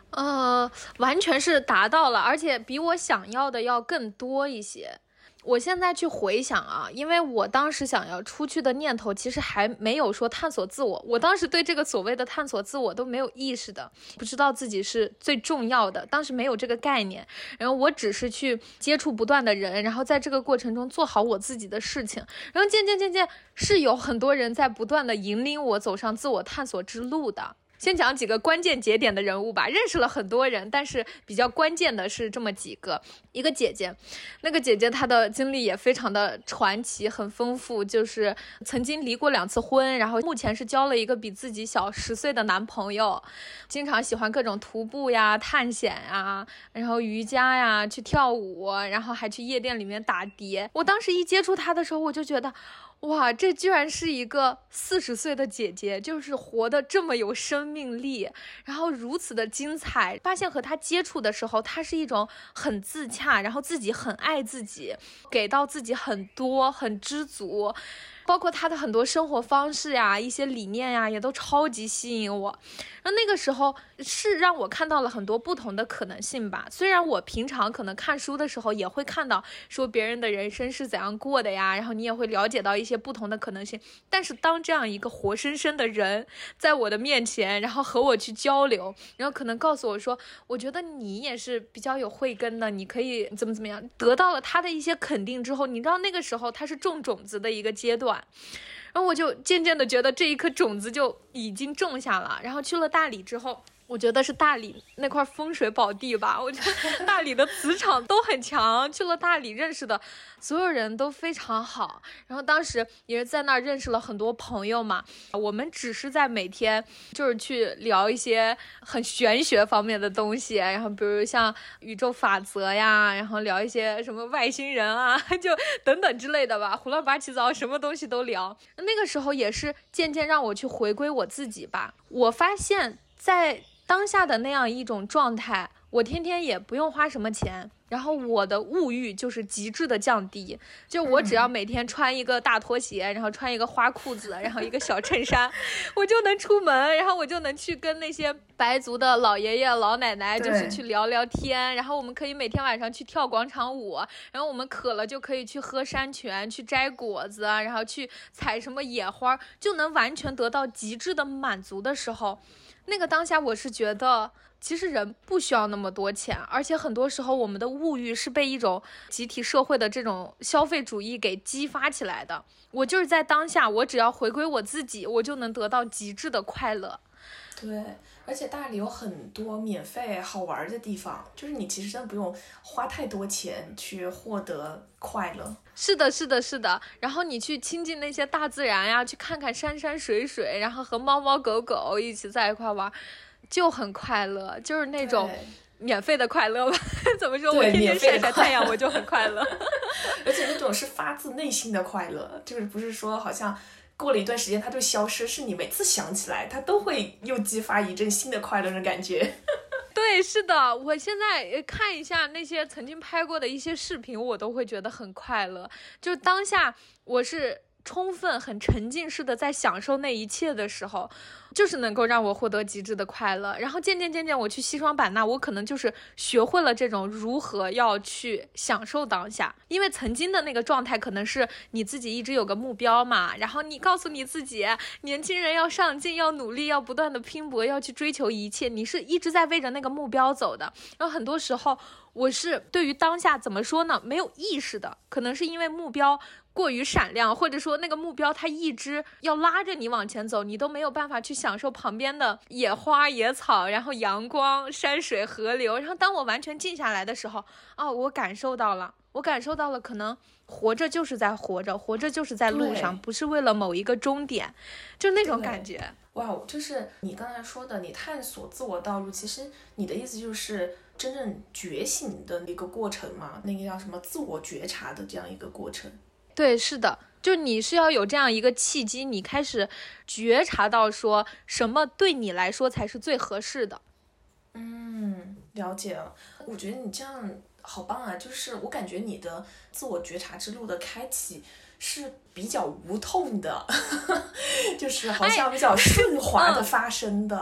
呃，完全是达到了，而且比我想要的要更多一些。我现在去回想啊，因为我当时想要出去的念头其实还没有说探索自我，我当时对这个所谓的探索自我都没有意识的，不知道自己是最重要的，当时没有这个概念，然后我只是去接触不断的人，然后在这个过程中做好我自己的事情，然后渐渐渐渐是有很多人在不断的引领我走上自我探索之路的。先讲几个关键节点的人物吧，认识了很多人，但是比较关键的是这么几个。一个姐姐，那个姐姐她的经历也非常的传奇，很丰富，就是曾经离过两次婚，然后目前是交了一个比自己小十岁的男朋友，经常喜欢各种徒步呀、探险呀，然后瑜伽呀，去跳舞，然后还去夜店里面打碟。我当时一接触她的时候，我就觉得哇，这居然是一个四十岁的姐姐，就是活得这么有生命力，然后如此的精彩。发现和她接触的时候，她是一种很自洽，然后自己很爱自己，给到自己很多，很知足。包括他的很多生活方式呀，一些理念呀，也都超级吸引我。然后那个时候是让我看到了很多不同的可能性吧。虽然我平常可能看书的时候也会看到说别人的人生是怎样过的呀，然后你也会了解到一些不同的可能性。但是当这样一个活生生的人在我的面前，然后和我去交流，然后可能告诉我说，我觉得你也是比较有慧根的，你可以怎么怎么样，得到了他的一些肯定之后，你知道那个时候他是种种子的一个阶段。然后我就渐渐的觉得这一颗种子就已经种下了，然后去了大理之后，我觉得是大理那块风水宝地吧，我觉得大理的磁场都很强，去了大理认识的所有人都非常好，然后当时也是在那儿认识了很多朋友嘛，我们只是在每天就是去聊一些很玄学方面的东西，然后比如像宇宙法则呀，然后聊一些什么外星人啊，就等等之类的吧，胡乱八七糟什么东西都聊。那个时候也是渐渐让我去回归我自己吧，我发现在当下的那样一种状态，我天天也不用花什么钱，然后我的物欲就是极致的降低，就我只要每天穿一个大拖鞋，然后穿一个花裤子，然后一个小衬衫，我就能出门，然后我就能去跟那些白族的老爷爷老奶奶就是去聊聊天，然后我们可以每天晚上去跳广场舞，然后我们渴了就可以去喝山泉，去摘果子，然后去采什么野花，就能完全得到极致的满足的时候，那个当下我是觉得其实人不需要那么多钱，而且很多时候我们的物欲是被一种集体社会的这种消费主义给激发起来的。我就是在当下，我只要回归我自己，我就能得到极致的快乐。 对，而且大理有很多免费好玩的地方，就是你其实真的不用花太多钱去获得快乐。 是的是的是的，然后你去亲近那些大自然呀，去看看山山水水，然后和猫猫狗狗一起在一块玩，就很快乐，就是那种免费的快乐吧。怎么说，我天天晒晒太阳我就很快乐。 而且那种是发自内心的快乐，就是不是说好像过了一段时间它就消失，是你每次想起来它都会又激发一阵新的快乐的感觉。 对，是的，我现在看一下那些曾经拍过的一些视频，我都会觉得很快乐。就当下我是充分很沉浸式的在享受那一切的时候，就是能够让我获得极致的快乐。然后渐渐渐渐我去西双版纳，我可能就是学会了这种如何要去享受当下。因为曾经的那个状态可能是你自己一直有个目标嘛，然后你告诉你自己年轻人要上进，要努力，要不断的拼搏，要去追求一切，你是一直在为着那个目标走的。然后很多时候我是对于当下怎么说呢，没有意识的，可能是因为目标过于闪亮，或者说那个目标它一直要拉着你往前走，你都没有办法去享受旁边的野花野草，然后阳光山水河流。然后当我完全静下来的时候，哦，我感受到了我感受到了可能活着就是在活着，活着就是在路上，不是为了某一个终点，就那种感觉。 哇，就是你刚才说的你探索自我道路，其实你的意思就是真正觉醒的一个过程嘛，那个叫什么自我觉察的这样一个过程。 对，是的，就你是要有这样一个契机，你开始觉察到说什么对你来说才是最合适的。 嗯，了解了。我觉得你这样好棒啊，就是我感觉你的自我觉察之路的开启是比较无痛的，就是好像比较顺滑的发生的。 哎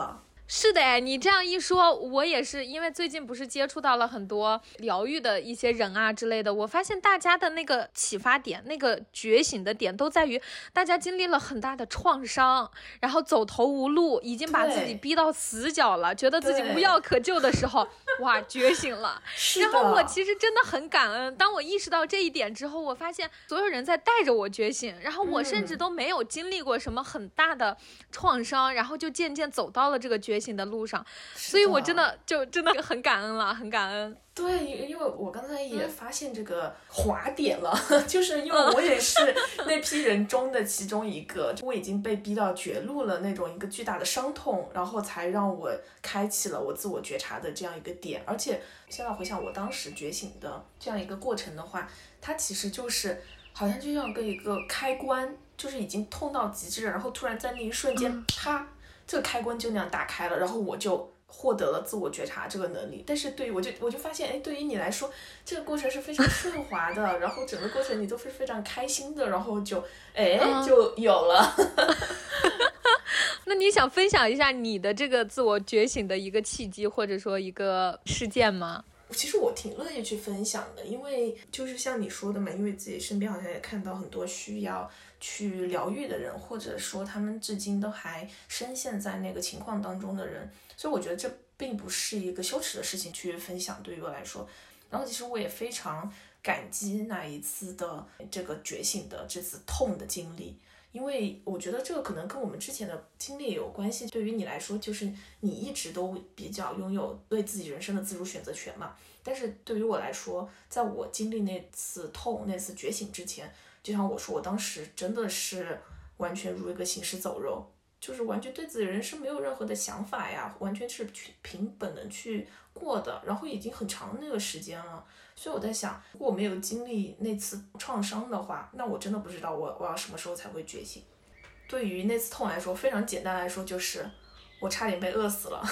是的哎，你这样一说，我也是，因为最近不是接触到了很多疗愈的一些人啊之类的，我发现大家的那个启发点，那个觉醒的点都在于大家经历了很大的创伤，然后走投无路，已经把自己逼到死角了，觉得自己无药可救的时候，哇，觉醒了。然后我其实真的很感恩，当我意识到这一点之后，我发现所有人在带着我觉醒，然后我甚至都没有经历过什么很大的创伤，然后就渐渐走到了这个觉醒的路上，所以我真的就真的很感恩了，很感恩。 对，因为我刚才也发现这个滑点了，嗯、就是因为我也是那批人中的其中一个，我已经被逼到绝路了，那种一个巨大的伤痛，然后才让我开启了我自我觉察的这样一个点。而且现在回想我当时觉醒的这样一个过程的话，它其实就是好像就像跟一个开关，就是已经痛到极致，然后突然在那一瞬间，啪，这个开关就那样打开了，然后我就获得了自我觉察这个能力。但是对于我就我就发现，哎，对于你来说，这个过程是非常顺滑的，然后整个过程你都是非常开心的，然后就哎就有了。 那你想分享一下你的这个自我觉醒的一个契机，或者说一个事件吗？ 其实我挺乐意去分享的，因为就是像你说的嘛，因为自己身边好像也看到很多需要去疗愈的人，或者说他们至今都还深陷在那个情况当中的人，所以我觉得这并不是一个羞耻的事情去分享，对于我来说。然后其实我也非常感激那一次的这个觉醒的这次痛的经历，因为我觉得这个可能跟我们之前的经历有关系。对于你来说，就是你一直都比较拥有对自己人生的自主选择权嘛，但是对于我来说，在我经历那次痛那次觉醒之前，就像我说，我当时真的是完全如一个行尸走肉，就是完全对自己人生没有任何的想法呀，完全是凭本能去过的，然后已经很长那个时间了。所以我在想，如果我没有经历那次创伤的话，那我真的不知道我我要什么时候才会觉醒。对于那次痛来说，非常简单来说，就是我差点被饿死了。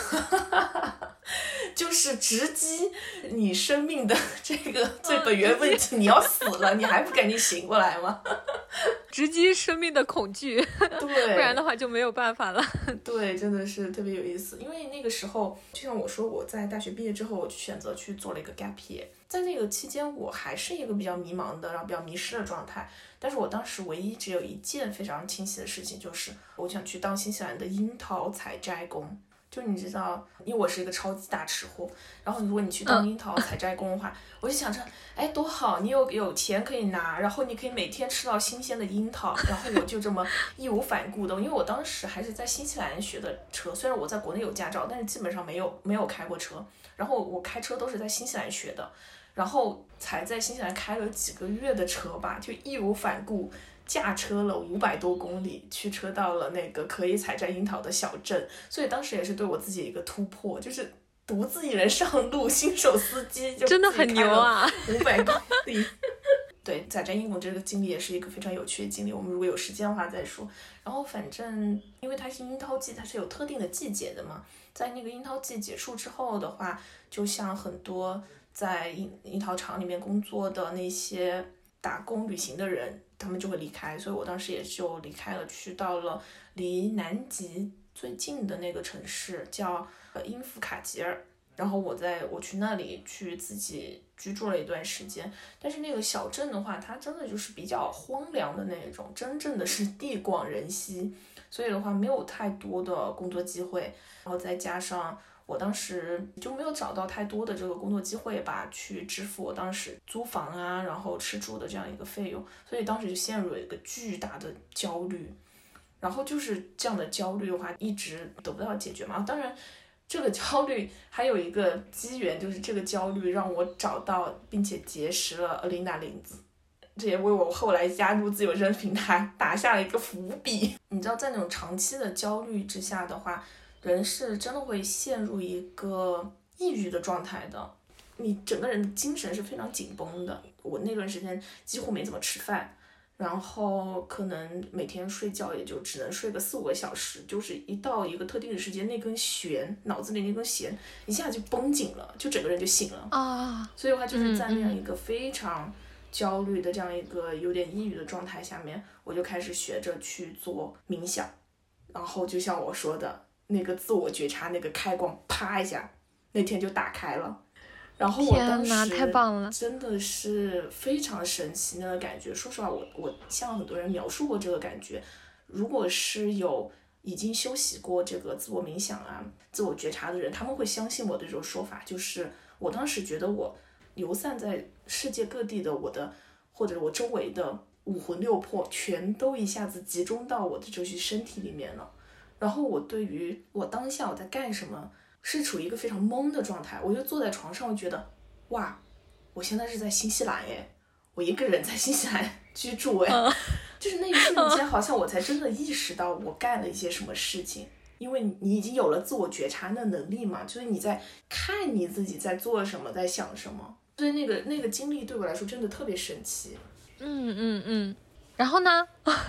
就是直击你生命的这个最本源问题，你要死了，你还不赶紧醒过来吗？ 直击生命的恐惧， 对， 不然的话就没有办法了。 对，真的是特别有意思。因为那个时候，就像我说，我在大学毕业之后，我选择去做了一个 gap year， 在那个期间，我还是一个比较迷茫的，然后比较迷失的状态。但是我当时唯一只有一件非常清晰的事情，就是我想去当新西兰的樱桃采摘工。就你知道，因为我是一个超级大吃货，然后如果你去当樱桃采摘工的话，嗯、我就想着，哎，多好，你有有钱可以拿，然后你可以每天吃到新鲜的樱桃，然后我就这么义无反顾的，因为我当时还是在新西兰学的车，虽然我在国内有驾照，但是基本上没有没有开过车，然后我开车都是在新西兰学的，然后才在新西兰开了几个月的车吧，就义无反顾。驾车了五百多公里，去车到了那个可以采摘樱桃的小镇，所以当时也是对我自己一个突破，就是独自一人上路，新手司机就真的很牛啊， 五百公里。对，采摘樱桃这个经历也是一个非常有趣的经历，我们如果有时间的话再说。然后反正因为它是樱桃季，它是有特定的季节的嘛，在那个樱桃季结束之后的话，就像很多在樱樱桃厂里面工作的那些打工旅行的人，他们就会离开，所以我当时也就离开了，去到了离南极最近的那个城市，叫呃英夫卡吉尔。然后我在我去那里去自己居住了一段时间，但是那个小镇的话，它真的就是比较荒凉的那种，真正的是地广人稀，所以的话没有太多的工作机会，然后再加上我当时就没有找到太多的这个工作机会吧，去支付我当时租房啊，然后吃住的这样一个费用，所以当时就陷入了一个巨大的焦虑，然后就是这样的焦虑的话，一直得不到解决嘛。当然，这个焦虑还有一个机缘，就是这个焦虑让我找到并且结识了阿琳娜林子，这也为我后来加入自由身平台打下了一个伏笔。你知道，在那种长期的焦虑之下的话，人是真的会陷入一个抑郁的状态的，你整个人的精神是非常紧绷的。我那段时间几乎没怎么吃饭，然后可能每天睡觉也就只能睡个四五个小时，就是一到一个特定的时间，那根弦脑子里那根弦一下就绷紧了，就整个人就醒了啊。 所以的话就是在那样一个非常焦虑的这样一个有点抑郁的状态下面，我就开始学着去做冥想，然后就像我说的， 那个自我觉察那个开关啪一下那天就打开了。然后我当时太棒了， 真的是非常神奇那个感觉。说实话，我我向很多人描述过这个感觉，如果是有已经修习过这个自我冥想啊、自我觉察的人，他们会相信我的这种说法，就是我当时觉得我游散在世界各地的我的或者我周围的五魂六魄全都一下子集中到我的这具身体里面了。然后我对于我当下我在干什么是处于一个非常懵的状态，我就坐在床上，我觉得哇，我现在是在新西兰耶，我一个人在新西兰居住耶、嗯、就是那一瞬间好像我才真的意识到我干了一些什么事情。因为你已经有了自我觉察的能力嘛，就是你在看你自己在做什么，在想什么，所以那个那个经历对我来说真的特别神奇。 嗯嗯嗯，然后呢？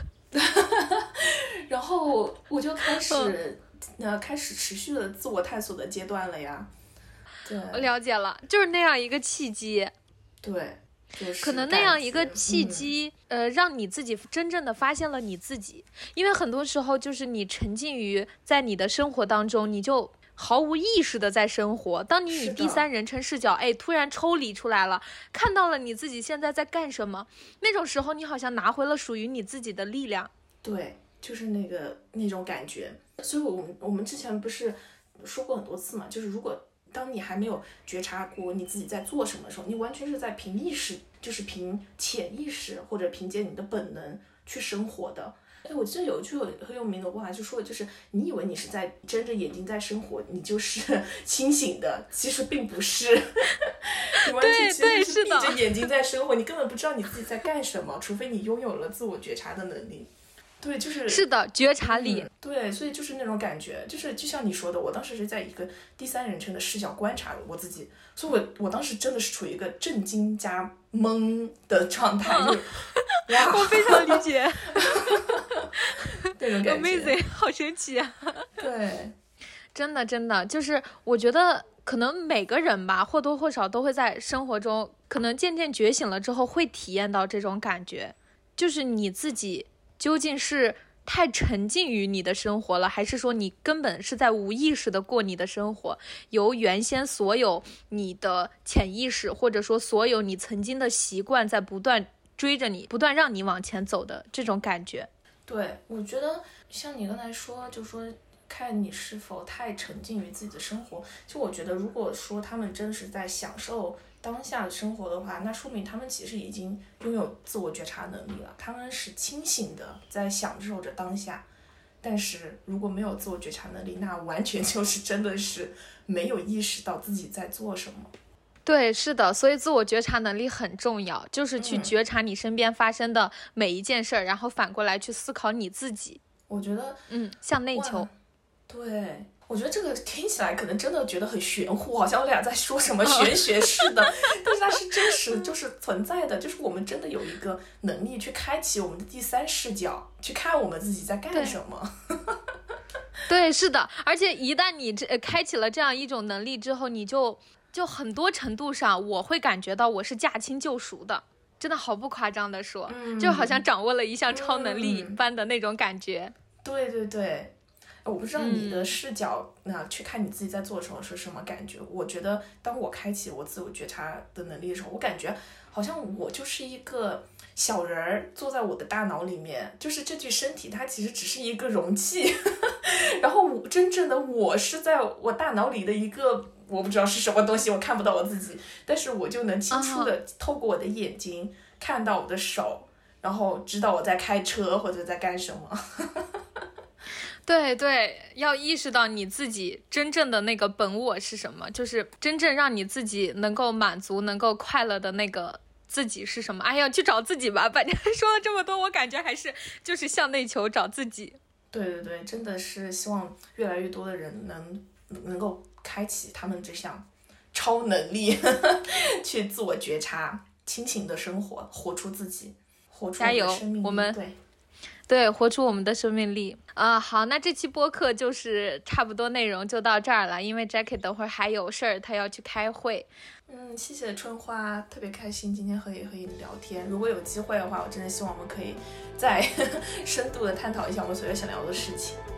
然后我就开始、嗯、呃开始持续的自我探索的阶段了呀。对， 我了解了，就是那样一个契机。 对，就是、 可能那样一个契机、嗯、呃让你自己真正的发现了你自己。因为很多时候就是你沉浸于在你的生活当中，你就毫无意识的在生活，当你以第三人称视角哎突然抽离出来了，看到了你自己现在在干什么，那种时候你好像拿回了属于你自己的力量。 对，就是那个那种感觉。所以我们我们之前不是说过很多次嘛，就是如果当你还没有觉察过你自己在做什么的时候，你完全是在凭意识，就是凭潜意识或者凭借你的本能去生活的。哎，我记得有一句很有名的话，就说就是你以为你是在睁着眼睛在生活，你就是清醒的，其实并不是。你完全其实是闭着眼睛在生活，你根本不知道你自己在干什么，除非你拥有了自我觉察的能力。对，就是是的，觉察力、 嗯、对，所以就是那种感觉，就是就像你说的，我当时是在一个第三人称的视角观察我自己，所以我我当时真的是处于一个震惊加懵的状态、嗯、就哇， 我非常理解那种感觉 Amazing， 好神奇啊。 对， 真的真的就是我觉得可能每个人吧或多或少都会在生活中可能渐渐觉醒了之后会体验到这种感觉，就是你自己究竟是太沉浸于你的生活了，还是说你根本是在无意识的过你的生活，由原先所有你的潜意识或者说所有你曾经的习惯在不断追着你，不断让你往前走的这种感觉。 对，我觉得像你刚才说，就说看你是否太沉浸于自己的生活，就我觉得如果说他们真是在享受当下的生活的话，那说明他们其实已经拥有自我觉察能力了，他们是清醒的在享受着当下。但是如果没有自我觉察能力，那完全就是真的是没有意识到自己在做什么。 对，是的，所以自我觉察能力很重要，就是去觉察你身边发生的每一件事儿、嗯、然后反过来去思考你自己。 我觉得嗯，向内求。 对，我觉得这个听起来可能真的觉得很玄乎，好像我俩在说什么玄学似的、哦、但是它是真实就是存在的，就是我们真的有一个能力去开启我们的第三视角，去看我们自己在干什么。 对, 对，是的，而且一旦你这开启了这样一种能力之后，你就就很多程度上我会感觉到我是驾轻就熟的，真的毫不夸张的说、嗯、就好像掌握了一项超能力般的那种感觉、嗯、 对对对。我不知道你的视角那、嗯、去看你自己在做什么是什么感觉。我觉得当我开启我自我觉察的能力的时候，我感觉好像我就是一个小人儿坐在我的大脑里面，就是这具身体它其实只是一个容器然后我真正的我是在我大脑里的一个我不知道是什么东西，我看不到我自己，但是我就能清楚的透过我的眼睛看到我的手，然后知道我在开车或者在干什么对对，要意识到你自己真正的那个本我是什么，就是真正让你自己能够满足能够快乐的那个自己是什么。哎呀，去找自己吧，反正说了这么多，我感觉还是就是向内求，找自己。 对对对，真的是希望越来越多的人能能够开启他们这项超能力去自我觉察，清醒的生活，活出自己，活出我们的生命力。 我们对对，活出我们的生命力啊、呃！好，那这期播客就是差不多内容就到这儿了，因为 Jackie 等会儿还有事儿，他要去开会。 嗯，谢谢春花，特别开心今天和和你聊天。如果有机会的话，我真的希望我们可以再深度的探讨一下我们所有想聊的事情。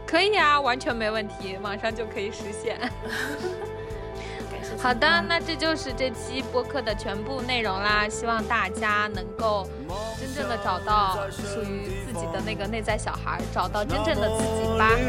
可以啊，完全没问题，马上就可以实现。好的，那这就是这期播客的全部内容啦，希望大家能够真正的找到属于自己的那个内在小孩，找到真正的自己吧。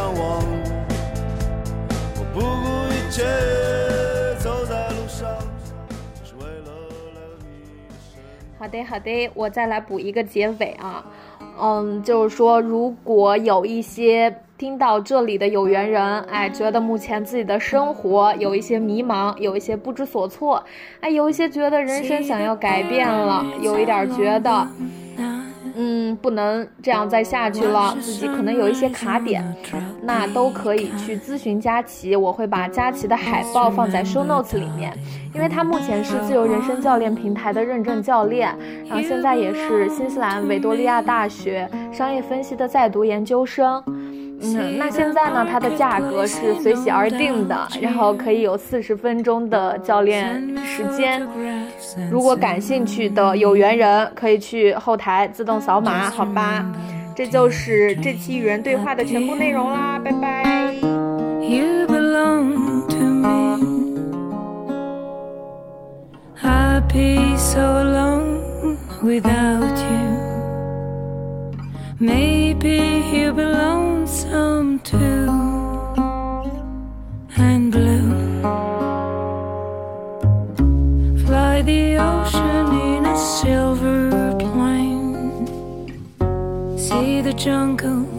我不顾一切走在路上，是为了你。好的好的，我再来补一个结尾啊，嗯，就是说如果有一些听到这里的有缘人，哎，觉得目前自己的生活有一些迷茫，有一些不知所措，哎，有一些觉得人生想要改变了，有一点觉得嗯，不能这样再下去了，自己可能有一些卡点，那都可以去咨询佳琪，我会把佳琪的海报放在 show notes 里面，因为他目前是自由人生教练平台的认证教练，然后现在也是新西兰维多利亚大学商业分析的在读研究生。嗯，那现在呢，它的价格是随喜而定的，然后可以有四十分钟的教练时间。如果感兴趣的有缘人，可以去后台自动扫码，好吧？这就是这期与人对话的全部内容啦，拜拜。You belong to me. I'd be so alone without you. Maybe you belong some too, and blue. Fly the ocean in a silver plane. See the jungle